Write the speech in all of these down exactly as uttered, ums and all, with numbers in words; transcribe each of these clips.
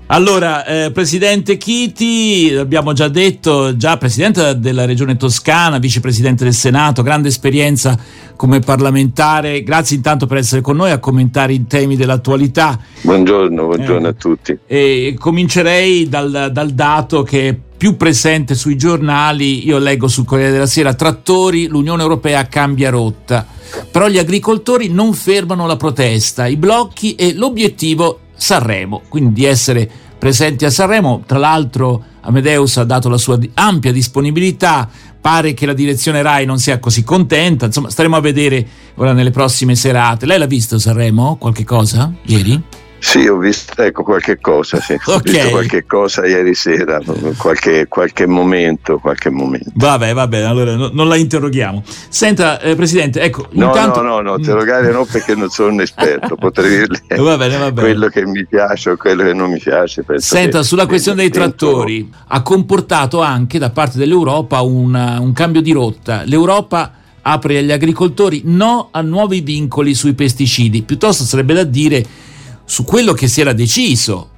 Allora, eh, Presidente Chiti, abbiamo già detto, già Presidente della Regione Toscana, Vicepresidente del Senato, grande esperienza come parlamentare. Grazie intanto per essere con noi a commentare i temi dell'attualità. Buongiorno, buongiorno eh, a tutti. E comincerei dal, dal dato che è più presente sui giornali. Io leggo sul Corriere della Sera: trattori, l'Unione Europea cambia rotta. Però gli agricoltori non fermano la protesta, i blocchi e l'obiettivo Sanremo, quindi di essere presenti a Sanremo. Tra l'altro Amadeus ha dato la sua ampia disponibilità, pare che la direzione Rai non sia così contenta, insomma staremo a vedere ora nelle prossime serate. Lei l'ha visto Sanremo? Qualche cosa ieri? Sì, ho visto, ecco, qualche cosa, sì. Okay. Ho visto qualche cosa ieri sera, qualche, qualche momento, qualche momento. Vabbè, vabbè, allora no, non la interroghiamo. Senta, eh, Presidente, ecco, no, intanto... No, no, no, interrogare no, perché non sono un esperto, potrei dirle va bene, va bene. Quello che mi piace o quello che non mi piace. Penso Senta, che sulla questione dei trattori, dentro... ha comportato anche da parte dell'Europa una, un cambio di rotta. L'Europa apre agli agricoltori no a nuovi vincoli sui pesticidi, piuttosto sarebbe da dire su quello che si era deciso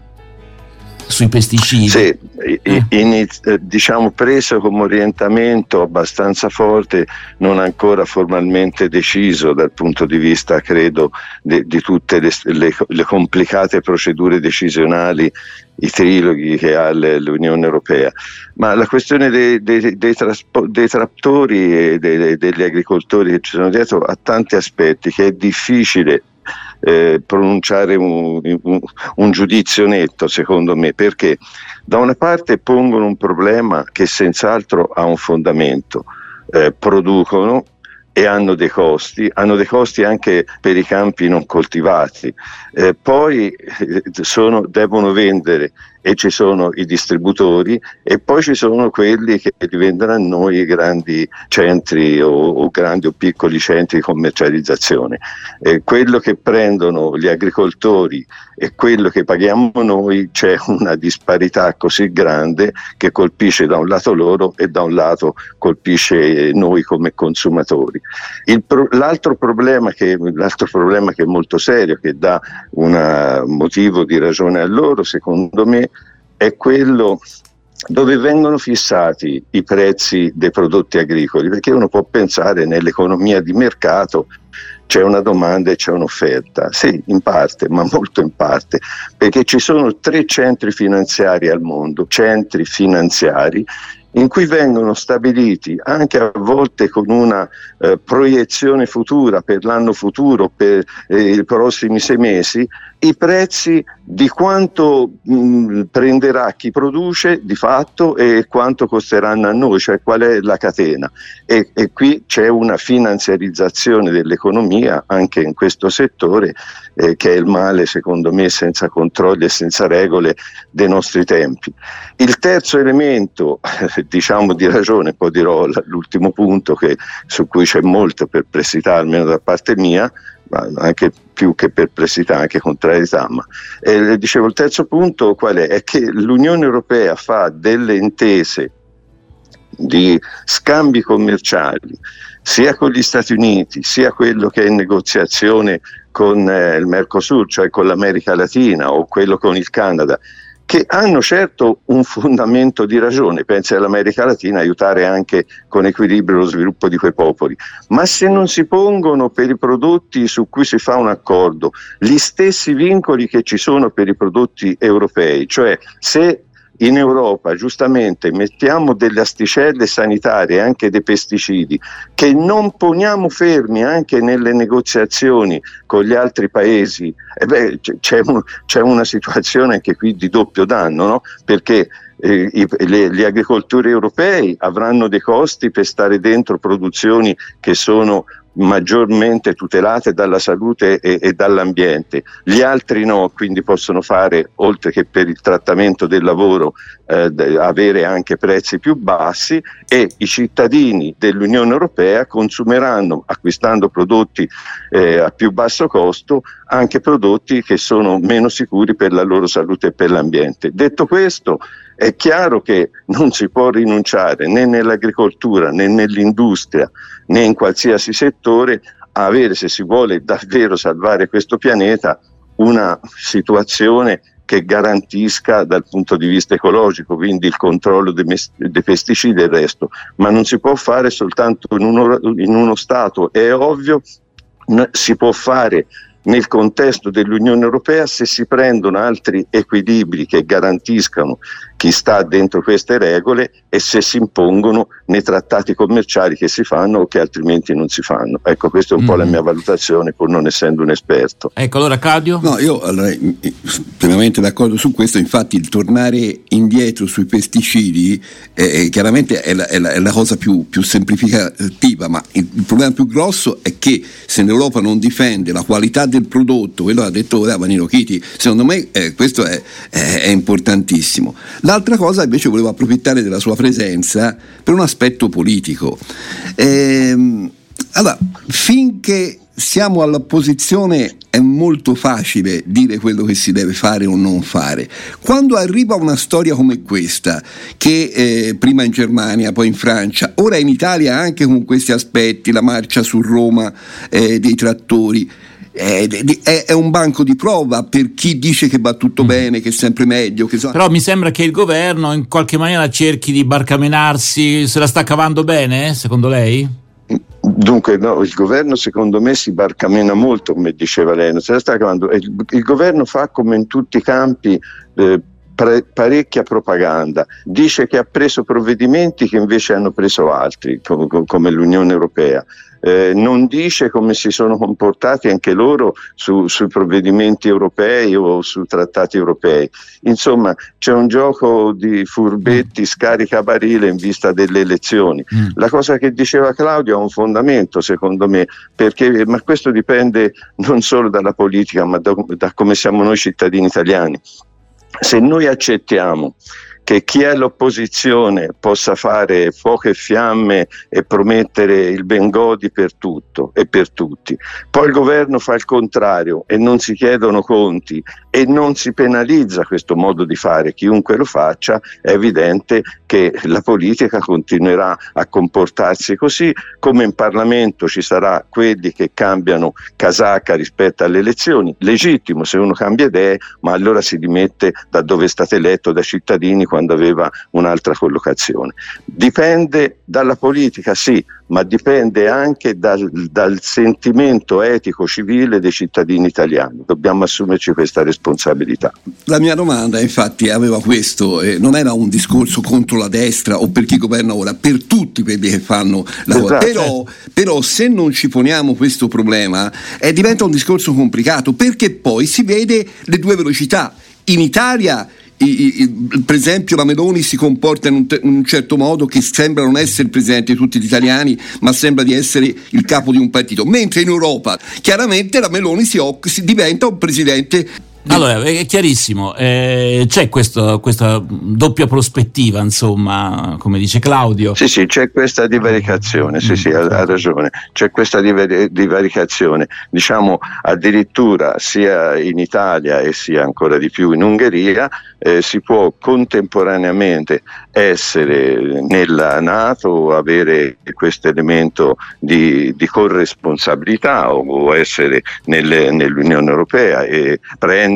sui pesticidi. Sì, eh. iniz- diciamo preso come orientamento abbastanza forte, non ancora formalmente deciso dal punto di vista, credo, de- di tutte le, le, le complicate procedure decisionali, i triloghi che ha l'Unione Europea, ma la questione dei, dei, dei, traspo- dei trattori e dei, degli agricoltori che ci sono dietro ha tanti aspetti che è difficile Eh, pronunciare un, un, un giudizio netto, secondo me, perché da una parte pongono un problema che senz'altro ha un fondamento, eh, producono e hanno dei costi, hanno dei costi anche per i campi non coltivati, eh, poi eh, sono, devono vendere e ci sono i distributori e poi ci sono quelli che rivendono a noi i grandi centri o, o grandi o piccoli centri di commercializzazione. Eh, quello che prendono gli agricoltori e quello che paghiamo noi, c'è una disparità così grande che colpisce da un lato loro e da un lato colpisce noi come consumatori. Il pro, l'altro problema che l'altro problema che è molto serio, che dà un motivo di ragione a loro, secondo me, è quello dove vengono fissati i prezzi dei prodotti agricoli, perché uno può pensare nell'economia di mercato c'è una domanda e c'è un'offerta, sì, in parte, ma molto in parte, perché ci sono tre centri finanziari al mondo, centri finanziari in cui vengono stabiliti, anche a volte con una eh, proiezione futura per l'anno futuro, per eh, i prossimi sei mesi, i prezzi di quanto mh, prenderà chi produce di fatto e quanto costeranno a noi, cioè qual è la catena. E, e qui c'è una finanziarizzazione dell'economia anche in questo settore, eh, che è il male, secondo me, senza controlli e senza regole dei nostri tempi. Il terzo elemento, eh, diciamo di ragione, poi dirò l'ultimo punto che, su cui c'è molta perplessità, almeno da parte mia, ma anche più che perplessità, anche contrarietà, ma eh, dicevo, il terzo punto qual è? È che l'Unione Europea fa delle intese di scambi commerciali sia con gli Stati Uniti, sia quello che è in negoziazione con eh, il Mercosur, cioè con l'America Latina, o quello con il Canada, che hanno certo un fondamento di ragione. Pensi all'America Latina, aiutare anche con equilibrio lo sviluppo di quei popoli, ma se non si pongono per i prodotti su cui si fa un accordo gli stessi vincoli che ci sono per i prodotti europei, cioè se in Europa giustamente mettiamo delle asticelle sanitarie, anche dei pesticidi, che non poniamo fermi anche nelle negoziazioni con gli altri paesi, eh beh, c'è, un, c'è una situazione anche qui di doppio danno, no? Perché eh, i, le, gli agricoltori europei avranno dei costi per stare dentro produzioni che sono maggiormente tutelate dalla salute e, e dall'ambiente, gli altri no, quindi possono fare, oltre che per il trattamento del lavoro, eh, avere anche prezzi più bassi, e i cittadini dell'Unione Europea consumeranno, acquistando prodotti eh, a più basso costo, anche prodotti che sono meno sicuri per la loro salute e per l'ambiente. Detto questo, è chiaro che non si può rinunciare né nell'agricoltura né nell'industria né in qualsiasi settore a avere, se si vuole davvero salvare questo pianeta, una situazione che garantisca dal punto di vista ecologico, quindi il controllo dei, mes- dei pesticidi e il resto, ma non si può fare soltanto in uno, in uno Stato. È ovvio, n- si può fare nel contesto dell'Unione Europea se si prendono altri equilibri che garantiscano chi sta dentro queste regole e se si impongono nei trattati commerciali che si fanno o che altrimenti non si fanno. Ecco, questa è un mm. po' la mia valutazione, pur non essendo un esperto. Ecco, allora Claudio? No, io allora, pienamente d'accordo su questo. Infatti il tornare indietro sui pesticidi eh, chiaramente è la, è, la, è la cosa più, più semplificativa, ma il, il problema più grosso è che se l'Europa non difende la qualità del prodotto, quello ha detto ora Vanino Chiti, secondo me eh, questo è, è, è importantissimo. L'altra cosa invece volevo approfittare della sua presenza per un aspetto politico. Ehm, allora, finché siamo all'opposizione è molto facile dire quello che si deve fare o non fare. Quando arriva una storia come questa, che eh, prima in Germania, poi in Francia, ora in Italia anche con questi aspetti, la marcia su Roma eh, dei trattori, È, è un banco di prova per chi dice che va tutto bene, che è sempre meglio, che so. Però mi sembra che il governo in qualche maniera cerchi di barcamenarsi. Se la sta cavando bene, secondo lei? Dunque no, il governo secondo me si barcamena molto, come diceva lei, non se la sta cavando. Il, il governo fa come in tutti i campi eh, parecchia propaganda, dice che ha preso provvedimenti che invece hanno preso altri, come, come l'Unione Europea. Eh, non dice come si sono comportati anche loro su, sui provvedimenti europei o su trattati europei. Insomma, c'è un gioco di furbetti, scaricabarile in vista delle elezioni. Mm. La cosa che diceva Claudio ha un fondamento, secondo me, perché ma questo dipende non solo dalla politica, ma da, da come siamo noi cittadini italiani. Se noi accettiamo che chi è all'opposizione possa fare fuoco e fiamme e promettere il Bengodi per tutto e per tutti, poi il governo fa il contrario e non si chiedono conti e non si penalizza questo modo di fare, chiunque lo faccia, è evidente che la politica continuerà a comportarsi così, come in Parlamento ci sarà quelli che cambiano casacca rispetto alle elezioni, legittimo se uno cambia idee, ma allora si dimette da dove è stato eletto dai cittadini quando aveva un'altra collocazione. Dipende dalla politica, sì, ma dipende anche dal, dal sentimento etico civile dei cittadini italiani. Dobbiamo assumerci questa responsabilità. La mia domanda infatti aveva questo, eh, non era un discorso contro la destra o per chi governa ora, per tutti quelli che fanno la esatto. però, però se non ci poniamo questo problema eh, diventa un discorso complicato, perché poi si vede le due velocità. In Italia I, i, per esempio la Meloni si comporta in un, te, in un certo modo che sembra non essere il presidente di tutti gli italiani, ma sembra di essere il capo di un partito, mentre in Europa chiaramente la Meloni si, si diventa un presidente. Allora, è chiarissimo, eh, c'è questo, questa doppia prospettiva, insomma, come dice Claudio. Sì, sì, c'è questa divaricazione, sì, sì, ha, ha ragione, c'è questa divaricazione, diciamo addirittura sia in Italia e sia ancora di più in Ungheria, eh, si può contemporaneamente essere nella NATO, avere questo elemento di, di corresponsabilità o, o essere nelle, nell'Unione Europea e prendere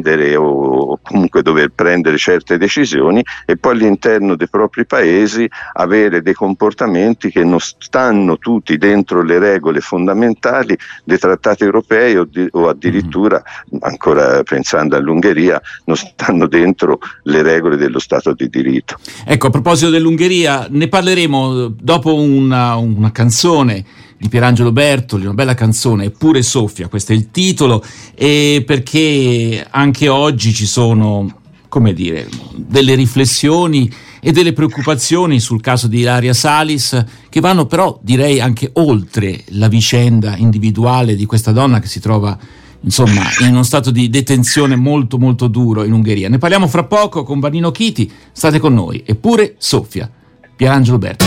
o comunque dover prendere certe decisioni e poi all'interno dei propri paesi avere dei comportamenti che non stanno tutti dentro le regole fondamentali dei trattati europei o, di, o addirittura, ancora pensando all'Ungheria, non stanno dentro le regole dello Stato di diritto. Ecco, a proposito dell'Ungheria, ne parleremo dopo una, una canzone di Pierangelo Bertoli, una bella canzone, Eppure Soffia, questo è il titolo, e perché anche oggi ci sono, come dire, delle riflessioni e delle preoccupazioni sul caso di Ilaria Salis che vanno però, direi, anche oltre la vicenda individuale di questa donna che si trova, insomma, in uno stato di detenzione molto molto duro in Ungheria. Ne parliamo fra poco con Vanino Chiti, state con noi. Eppure Soffia, Pierangelo Bertoli.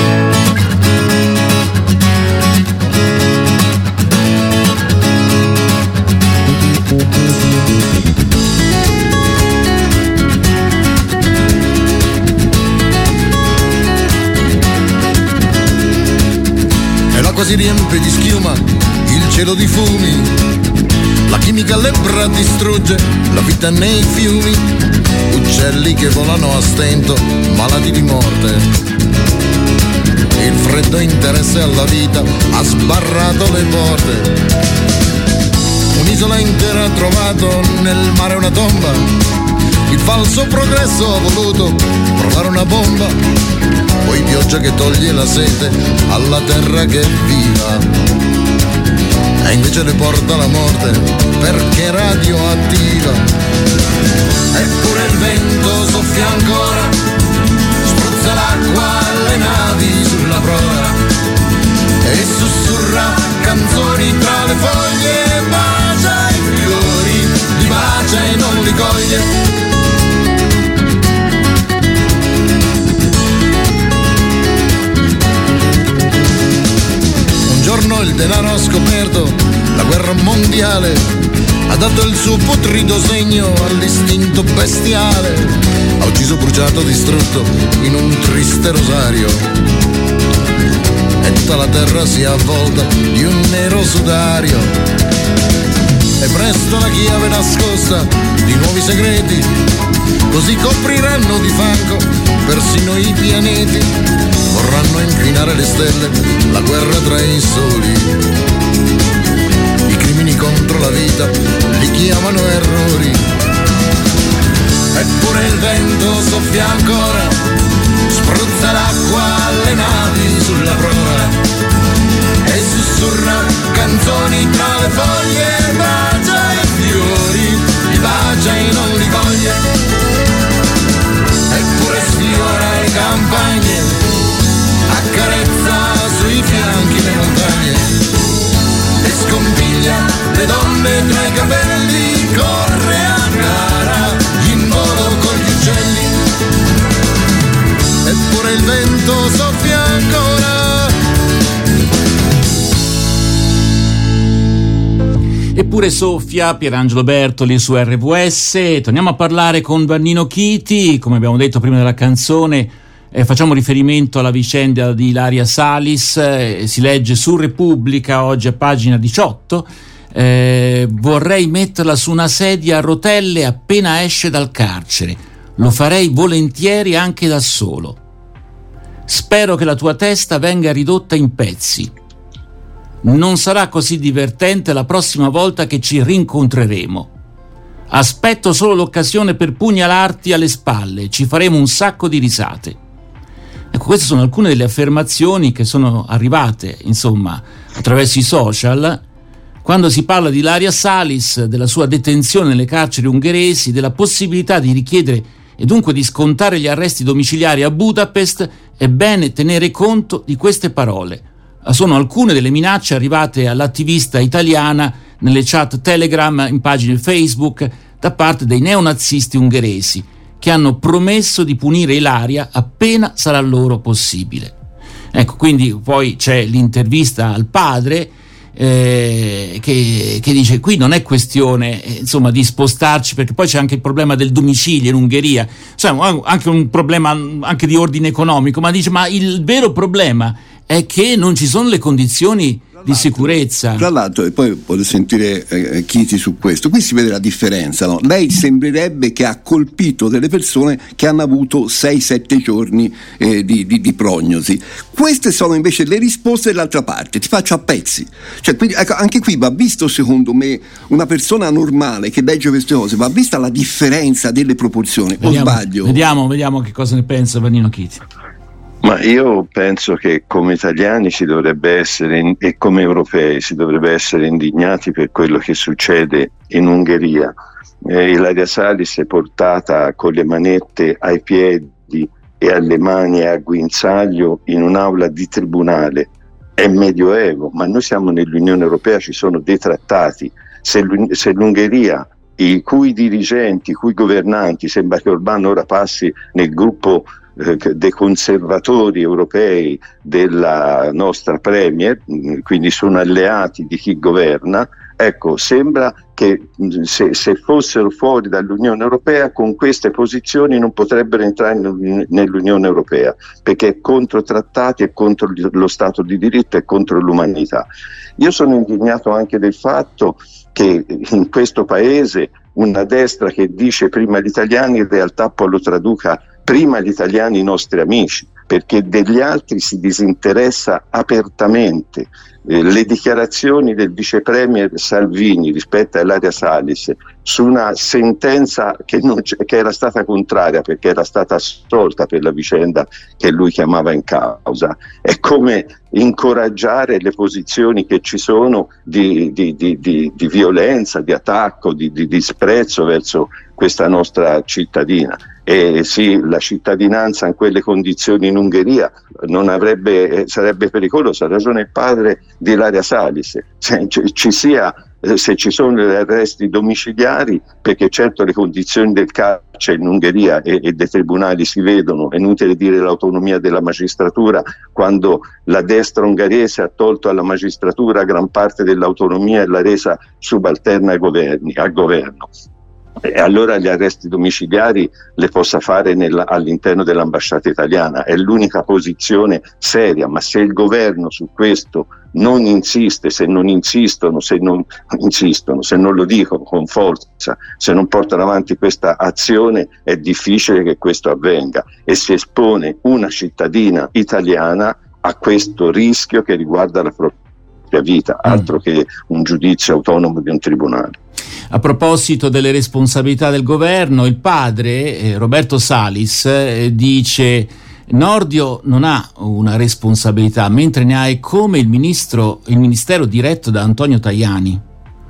E l'acqua si riempie di schiuma, il cielo di fumi, La chimica lebbra distrugge la vita nei fiumi, uccelli che volano a stento, malati di morte. Il freddo interesse alla vita ha sbarrato le porte. Un'isola intera ha trovato nel mare una tomba. Il falso progresso ha voluto provare una bomba. Poi pioggia che toglie la sete alla terra che è viva, e invece le porta la morte perché è radioattiva. Eppure il vento soffia ancora, spruzza l'acqua alle navi sulla prora e sussurra canzoni tra le foglie. Bacia i fiori, li bacia e non li coglie. Un giorno il denaro ha scoperto la guerra mondiale, ha dato il suo putrido segno all'istinto bestiale, ha ucciso, bruciato, distrutto in un triste rosario, e tutta la terra si è avvolta di un nero sudario. E presto la chiave nascosta di nuovi segreti, così copriranno di fango persino i pianeti, vorranno inquinare le stelle, la guerra tra i soli. I crimini contro la vita li chiamano errori. Eppure il vento soffia ancora, spruzza l'acqua alle navi sulla prora e sussurra canzoni tra le foglie. Bacia i fiori, li bacia e non li coglie. Eppure sfiora le campagne, accarezza sui fianchi le montagne e scompiglia le donne tra i capelli, corre a gara in volo con gli uccelli. Eppure il vento soffia ancora. Eppure soffia Pierangelo Bertoli su R V S. Torniamo a parlare con Vannino Chiti, come abbiamo detto prima della canzone. Eh, facciamo riferimento alla vicenda di Ilaria Salis, eh, si legge su Repubblica oggi a pagina diciotto. Eh, vorrei metterla su una sedia a rotelle appena esce dal carcere, lo farei volentieri anche da solo. Spero che la tua testa venga ridotta in pezzi. Non sarà così divertente la prossima volta che ci rincontreremo. Aspetto solo l'occasione per pugnalarti alle spalle, ci faremo un sacco di risate. Ecco, queste sono alcune delle affermazioni che sono arrivate, insomma, attraverso i social, quando si parla di Ilaria Salis, della sua detenzione nelle carceri ungheresi, della possibilità di richiedere e dunque di scontare gli arresti domiciliari a Budapest. È bene tenere conto di queste parole. Sono alcune delle minacce arrivate all'attivista italiana nelle chat Telegram, in pagine Facebook, da parte dei neonazisti ungheresi, che hanno promesso di punire Ilaria appena sarà loro possibile. Ecco, quindi poi c'è l'intervista al padre eh, che, che dice: qui non è questione eh, insomma di spostarci, perché poi c'è anche il problema del domicilio in Ungheria, insomma anche un problema anche di ordine economico, ma dice ma il vero problema è che non ci sono le condizioni di sicurezza. Tra l'altro, e poi potete sentire eh, Chiti su questo, qui si vede la differenza, no? Lei sembrerebbe che ha colpito delle persone che hanno avuto sei sette giorni eh, di, di, di prognosi. Queste sono invece le risposte dell'altra parte, ti faccio a pezzi. Cioè, quindi, ecco, anche qui va visto, secondo me, una persona normale che legge queste cose, va vista la differenza delle proporzioni. Vediamo, o sbaglio? Vediamo, vediamo che cosa ne pensa Vannino Chiti. Ma io penso che come italiani si dovrebbe essere, e come europei si dovrebbe essere indignati per quello che succede in Ungheria. Eh, Ilaria Salis è portata con le manette ai piedi e alle mani a guinzaglio in un'aula di tribunale. È medioevo, ma noi siamo nell'Unione Europea, ci sono dei trattati. Se, l'Un- se l'Ungheria, i cui dirigenti, i cui governanti, sembra che Orbán ora passi nel gruppo dei conservatori europei della nostra Premier, quindi sono alleati di chi governa, Ecco, sembra che se, se fossero fuori dall'Unione Europea con queste posizioni non potrebbero entrare nell'Unione Europea, perché è contro trattati, è contro lo Stato di diritto, è contro l'umanità. Io sono indignato anche del fatto che in questo paese una destra che dice prima gli italiani in realtà poi lo traduca prima gli italiani i nostri amici, perché degli altri si disinteressa apertamente. Eh, le dichiarazioni del vice premier Salvini rispetto a Ilaria Salis su una sentenza che, non c- che era stata contraria perché era stata assolta per la vicenda che lui chiamava in causa, è come incoraggiare le posizioni che ci sono di, di, di, di, di violenza, di attacco, di, di disprezzo verso questa nostra cittadina. E sì, la cittadinanza in quelle condizioni in Ungheria non avrebbe, eh, sarebbe pericolosa. Ha ragione il padre di Ilaria Salis, se ci, ci sia, eh, se ci sono gli arresti domiciliari, perché certo le condizioni del carcere in Ungheria e, e dei tribunali si vedono, è inutile dire l'autonomia della magistratura, quando la destra ungherese ha tolto alla magistratura gran parte dell'autonomia e l'ha resa subalterna ai governi, al governo. E allora gli arresti domiciliari le possa fare nella, all'interno dell'ambasciata italiana, è l'unica posizione seria, ma se il governo su questo non insiste, se non insistono, se non insistono, se non lo dicono con forza, se non portano avanti questa azione, è difficile che questo avvenga e si espone una cittadina italiana a questo rischio che riguarda la propria vita, altro che un giudizio autonomo di un tribunale. A proposito delle responsabilità del governo, il padre, eh, Roberto Salis, eh, dice: Nordio non ha una responsabilità, mentre ne ha è come il ministro, il ministero diretto da Antonio Tajani.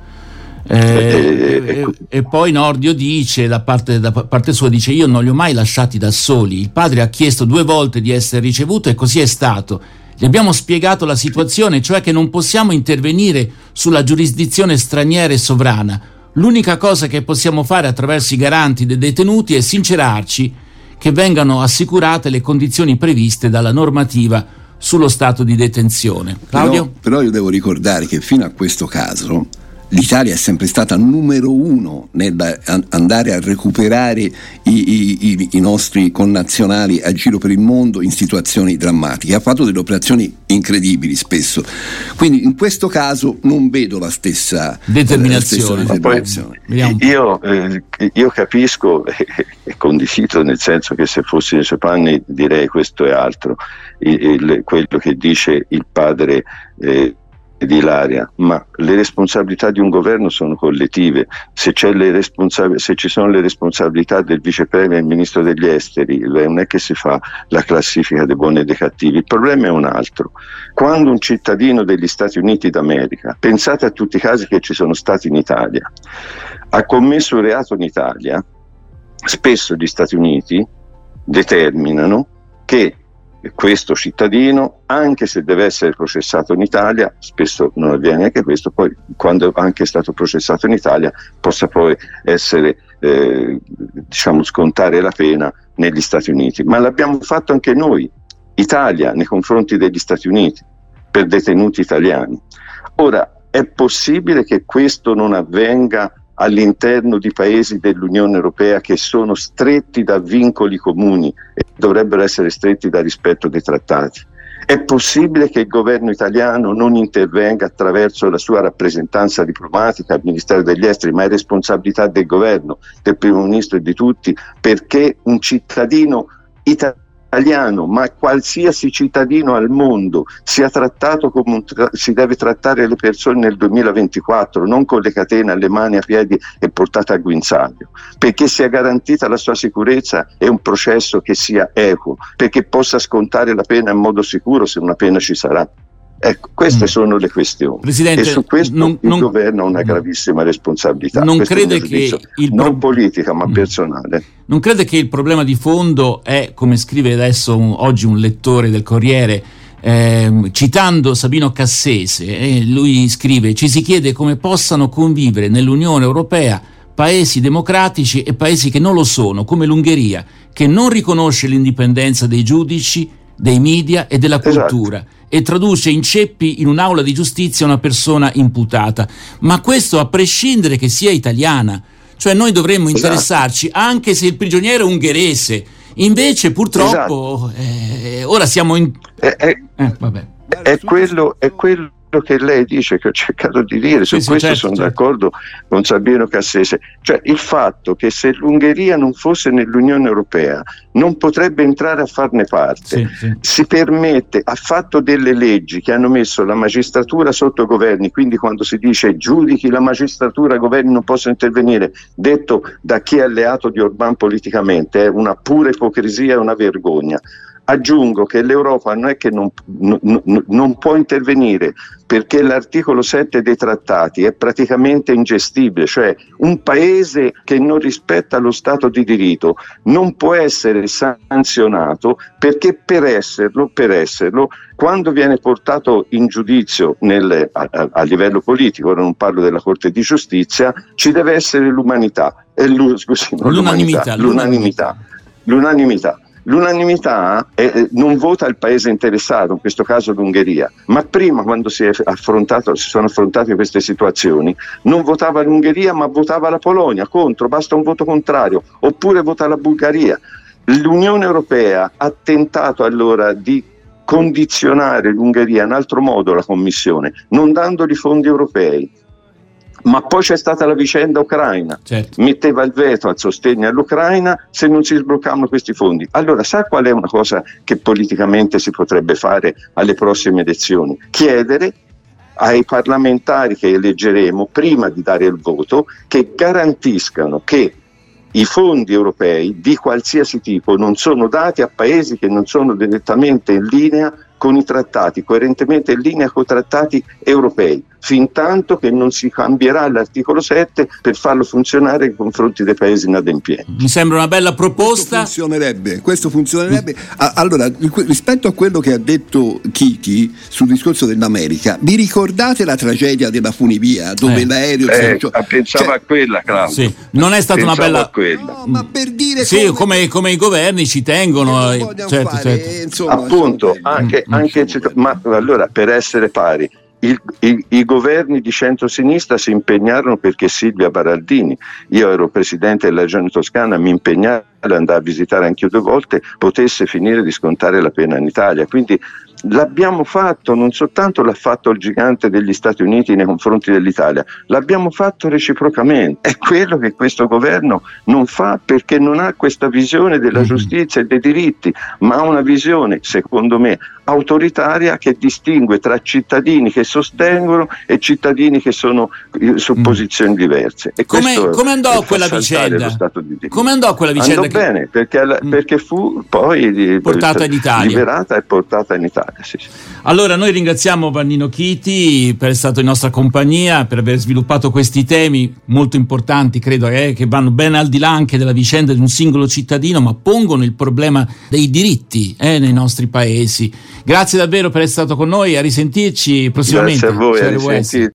Eh, eh, e, e poi Nordio dice, da parte, da parte sua, dice: io non li ho mai lasciati da soli, il padre ha chiesto due volte di essere ricevuto e così è stato. Gli abbiamo spiegato la situazione, cioè che non possiamo intervenire sulla giurisdizione straniera e sovrana. L'unica cosa che possiamo fare attraverso i garanti dei detenuti è sincerarci che vengano assicurate le condizioni previste dalla normativa sullo stato di detenzione. Claudio? Però, però io devo ricordare che fino a questo caso l'Italia è sempre stata numero uno nell'andare a recuperare i, i, i nostri connazionali a giro per il mondo in situazioni drammatiche. Ha fatto delle operazioni incredibili spesso. Quindi in questo caso non vedo la stessa determinazione. La stessa determinazione. Poi, io, eh, io capisco e, e condivido, nel senso che se fossi nei suoi panni direi questo e altro, il, il, quello che dice il padre eh, di Ilaria, ma le responsabilità di un governo sono collettive. Se, c'è le responsa- se ci sono le responsabilità del vice premier e il ministro degli esteri, non è che si fa la classifica dei buoni e dei cattivi. Il problema è un altro. Quando un cittadino degli Stati Uniti d'America, pensate a tutti i casi che ci sono stati in Italia, ha commesso un reato in Italia, spesso gli Stati Uniti determinano che questo cittadino, anche se deve essere processato in Italia, spesso non avviene anche questo, poi quando anche è stato processato in Italia possa poi essere eh, diciamo scontare la pena negli Stati Uniti. Ma l'abbiamo fatto anche noi, Italia, nei confronti degli Stati Uniti, per detenuti italiani. Ora, è possibile che questo non avvenga all'interno di paesi dell'Unione Europea che sono stretti da vincoli comuni e dovrebbero essere stretti da rispetto dei trattati? È possibile che il governo italiano non intervenga attraverso la sua rappresentanza diplomatica al Ministero degli Esteri, ma è responsabilità del governo, del primo ministro e di tutti, perché un cittadino italiano italiano, ma qualsiasi cittadino al mondo sia trattato come un tra- si deve trattare le persone nel duemilaventiquattro, non con le catene alle mani, a piedi e portate al guinzaglio, perché sia garantita la sua sicurezza e un processo che sia equo, perché possa scontare la pena in modo sicuro se una pena ci sarà. Ecco, queste mm. sono le questioni. Presidente, e su questo non, il non, governo ha una gravissima responsabilità. Non questo crede che il non pro- politica ma mm. personale. Non crede che il problema di fondo è, come scrive adesso un, oggi un lettore del Corriere, eh, citando Sabino Cassese, eh, lui scrive: ci si chiede come possano convivere nell'Unione Europea paesi democratici e paesi che non lo sono, come l'Ungheria, che non riconosce l'indipendenza dei giudici dei media e della cultura. Esatto. E traduce in ceppi in un'aula di giustizia una persona imputata, ma questo a prescindere che sia italiana, cioè noi dovremmo interessarci esatto. anche se il prigioniero è ungherese, invece purtroppo esatto. eh, ora siamo in... È, è, eh, vabbè. è quello è quello che lei dice, che ho cercato di dire, su sì, questo sì, certo, sono certo. d'accordo con Sabino Cassese, cioè il fatto che se l'Ungheria non fosse nell'Unione Europea non potrebbe entrare a farne parte, sì, sì. si permette, ha fatto delle leggi che hanno messo la magistratura sotto governi, quindi quando si dice giudichi la magistratura, i governi non possono intervenire, detto da chi è alleato di Orbán politicamente, è una pura ipocrisia e una vergogna. Aggiungo che l'Europa non è che non, non, non può intervenire perché l'articolo sette dei trattati è praticamente ingestibile, cioè un paese che non rispetta lo Stato di diritto non può essere sanzionato perché per esserlo, per esserlo quando viene portato in giudizio nel, a, a, a livello politico, ora non parlo della Corte di Giustizia, ci deve essere l'umanità, eh, scusi, l'unanimità, l'unanimità, l'unanimità. l'unanimità. L'unanimità è, non vota il paese interessato, in questo caso l'Ungheria, ma prima quando si, è affrontato, si sono affrontate queste situazioni non votava l'Ungheria ma votava la Polonia contro, basta un voto contrario, oppure vota la Bulgaria. L'Unione Europea ha tentato allora di condizionare l'Ungheria in altro modo, la Commissione, non dandogli fondi europei. Ma poi c'è stata la vicenda ucraina, certo. metteva il veto al sostegno all'Ucraina se non si sbloccavano questi fondi. Allora sa qual è una cosa che politicamente si potrebbe fare alle prossime elezioni? Chiedere ai parlamentari che eleggeremo prima di dare il voto che garantiscano che i fondi europei di qualsiasi tipo non sono dati a paesi che non sono direttamente in linea con i trattati, coerentemente in linea con i trattati europei, fin tanto che non si cambierà l'articolo sette per farlo funzionare nei confronti dei paesi inadempienti. Mi sembra una bella proposta. Questo funzionerebbe, questo funzionerebbe. Allora, rispetto a quello che ha detto Chiti sul discorso dell'America, vi ricordate la tragedia della funivia dove eh. l'aereo eh, cioè, pensava cioè, a quella, Claudio. Sì. Non è stata pensava una bella no, ma per dire sì, come... come come i governi ci tengono, certo, fare, certo. Insomma, appunto, insomma, anche Anche, ma allora per essere pari il, i, i governi di centrosinistra si impegnarono perché Silvia Baraldini, io ero presidente della Regione Toscana, mi impegnai ad andare a visitare anche due volte, potesse finire di scontare la pena in Italia, quindi l'abbiamo fatto, non soltanto l'ha fatto il gigante degli Stati Uniti nei confronti dell'Italia, l'abbiamo fatto reciprocamente. È quello che questo governo non fa perché non ha questa visione della giustizia e dei diritti, ma ha una visione, secondo me, autoritaria che distingue tra cittadini che sostengono e cittadini che sono su posizioni diverse. E come, come andò quella vicenda? Come andò quella vicenda? Andò che... bene perché, perché fu poi portata in Italia, liberata e portata in Italia. Sì, sì. Allora noi ringraziamo Vannino Chiti per essere stato in nostra compagnia, per aver sviluppato questi temi molto importanti, credo eh, che vanno ben al di là anche della vicenda di un singolo cittadino, ma pongono il problema dei diritti eh, nei nostri paesi. Grazie davvero per essere stato con noi, a risentirci prossimamente. Grazie a voi, a risentirci.